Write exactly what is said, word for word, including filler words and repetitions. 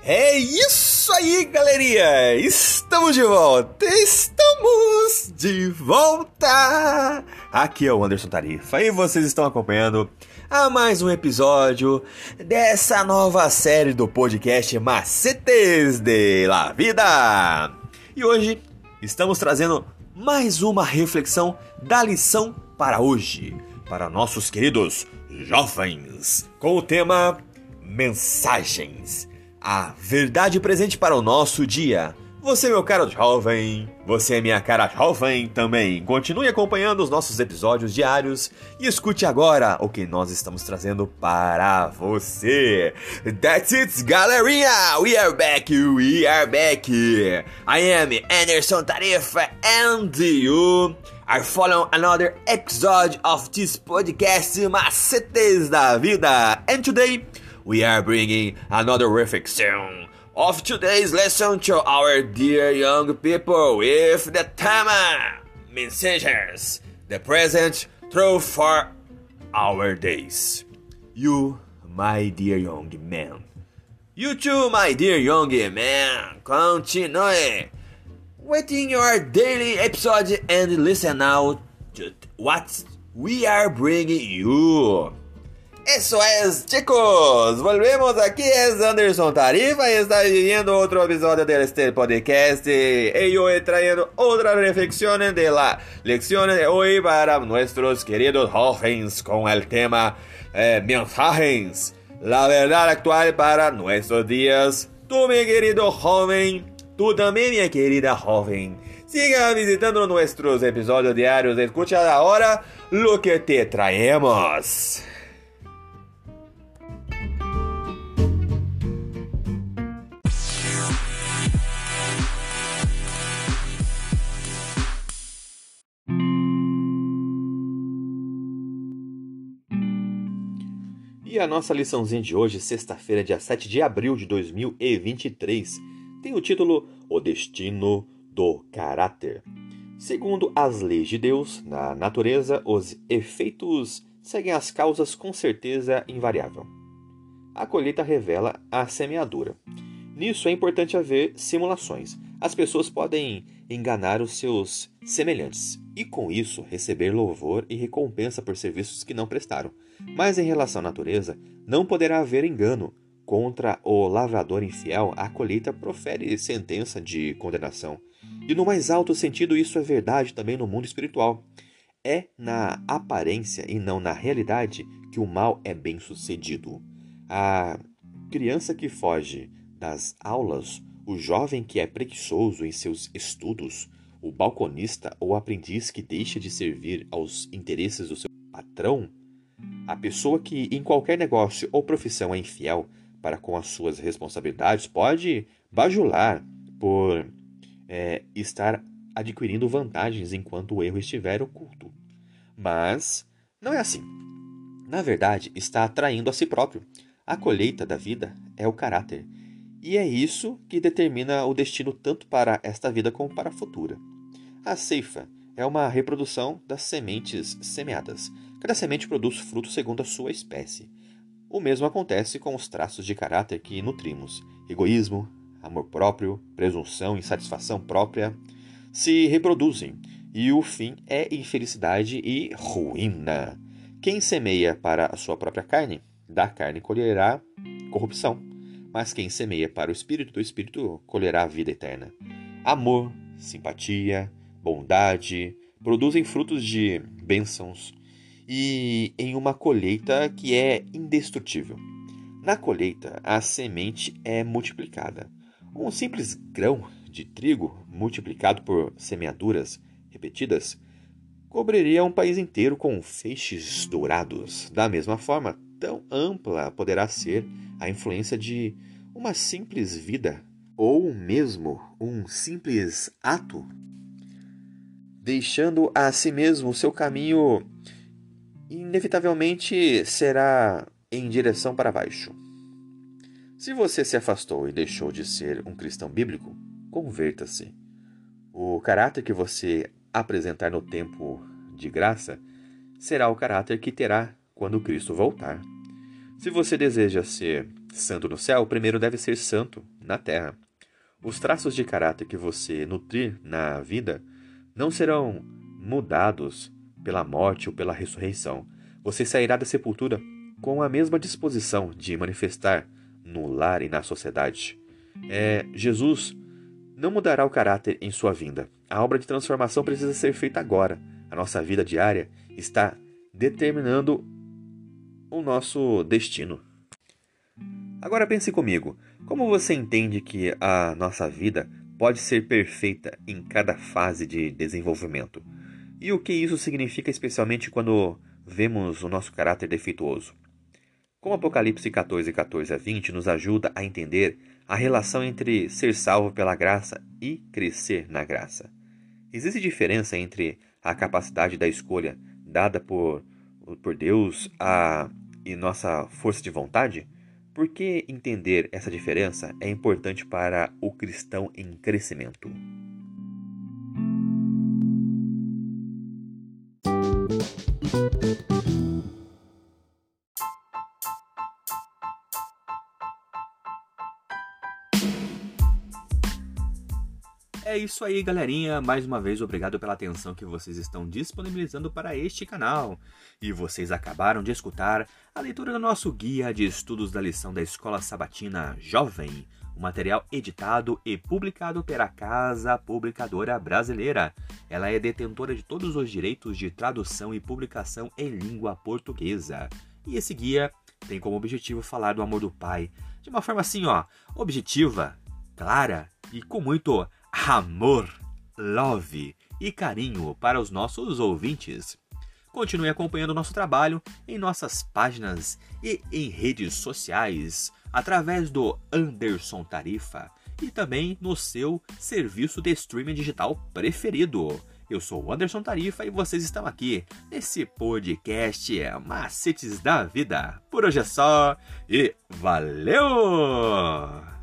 É isso aí, galerinha! Estamos de volta! Estamos de volta! Aqui é o Anderson Tarifa e vocês estão acompanhando a mais um episódio dessa nova série do podcast Macetes de la Vida. E hoje estamos trazendo mais uma reflexão da lição para hoje, para nossos queridos jovens, com o tema Mensagens. A verdade presente para o nosso dia. Você, meu caro jovem, você é minha cara jovem também. Continue acompanhando os nossos episódios diários e escute agora o que nós estamos trazendo para você. That's it, galerinha! We are back, we are back. I am Anderson Tarifa and you are following another episode of this podcast Macetes da Vida. And today we are bringing another reflection of today's lesson to our dear young people with the tema Mensagens, the present truth for our days. You, my dear young man. You too, my dear young man. Continue waiting your daily episode and listen now to what we are bringing you. Eso es, chicos, volvemos aquí, es Anderson Tarifa y está viviendo otro episodio de este podcast y yo he traído otras reflexiones de la lección de hoy para nuestros queridos jóvenes con el tema eh, mensajes, la verdad actual para nuestros días. Tú, mi querido joven, tú también, mi querida joven, siga visitando nuestros episodios diarios, escucha ahora lo que te traemos. E a nossa liçãozinha de hoje, sexta-feira, dia sete de abril de dois mil e vinte e três, tem o título O Destino do Caráter. Segundo as leis de Deus, na natureza, os efeitos seguem as causas com certeza invariável. A colheita revela a semeadura. Nisso é importante haver simulações. As pessoas podem enganar os seus semelhantes e, com isso, receber louvor e recompensa por serviços que não prestaram. Mas em relação à natureza, não poderá haver engano. Contra o lavrador infiel, a colheita profere sentença de condenação. E no mais alto sentido, isso é verdade também no mundo espiritual. É na aparência e não na realidade que o mal é bem sucedido. A criança que foge das aulas, o jovem que é preguiçoso em seus estudos, o balconista ou aprendiz que deixa de servir aos interesses do seu patrão, a pessoa que em qualquer negócio ou profissão é infiel para com as suas responsabilidades pode bajular por é, estar adquirindo vantagens enquanto o erro estiver oculto. Mas não é assim. Na verdade, está atraindo a si próprio. A colheita da vida é o caráter. E é isso que determina o destino tanto para esta vida como para a futura. A ceifa é uma reprodução das sementes semeadas. Cada semente produz fruto segundo a sua espécie. O mesmo acontece com os traços de caráter que nutrimos. Egoísmo, amor próprio, presunção, insatisfação própria se reproduzem e o fim é infelicidade e ruína. Quem semeia para a sua própria carne, da carne colherá corrupção. Mas quem semeia para o Espírito, do Espírito colherá a vida eterna. Amor, simpatia, bondade produzem frutos de bênçãos e em uma colheita que é indestrutível. Na colheita, a semente é multiplicada. Um simples grão de trigo multiplicado por semeaduras repetidas cobriria um país inteiro com feixes dourados. Da mesma forma, tão ampla poderá ser a influência de uma simples vida ou mesmo um simples ato, deixando a si mesmo o seu caminho inevitavelmente será em direção para baixo. Se você se afastou e deixou de ser um cristão bíblico, converta-se. O caráter que você apresentar no tempo de graça será o caráter que terá quando Cristo voltar. Se você deseja ser santo no céu, primeiro deve ser santo na terra. Os traços de caráter que você nutrir na vida não serão mudados pela morte ou pela ressurreição. Você sairá da sepultura com a mesma disposição de manifestar no lar e na sociedade. É, Jesus não mudará o caráter em sua vinda. A obra de transformação precisa ser feita agora. A nossa vida diária está determinando o nosso destino. Agora pense comigo, como você entende que a nossa vida pode ser perfeita em cada fase de desenvolvimento? E o que isso significa especialmente quando vemos o nosso caráter defeituoso? Como Apocalipse quatorze, quatorze a vinte nos ajuda a entender a relação entre ser salvo pela graça e crescer na graça. Existe diferença entre a capacidade da escolha dada por, por Deus a, e nossa força de vontade? Por que entender essa diferença é importante para o cristão em crescimento? É isso aí, galerinha. Mais uma vez, obrigado pela atenção que vocês estão disponibilizando para este canal. E vocês acabaram de escutar a leitura do nosso guia de estudos da lição da Escola Sabatina Jovem, um material editado e publicado pela Casa Publicadora Brasileira. Ela é detentora de todos os direitos de tradução e publicação em língua portuguesa. E esse guia tem como objetivo falar do amor do Pai de uma forma assim, ó, objetiva, clara e com muito amor, love e carinho para os nossos ouvintes. Continue acompanhando nosso trabalho em nossas páginas e em redes sociais, através do Anderson Tarifa e também no seu serviço de streaming digital preferido. Eu sou o Anderson Tarifa e vocês estão aqui nesse podcast Macetes da Vida. Por hoje é só e valeu!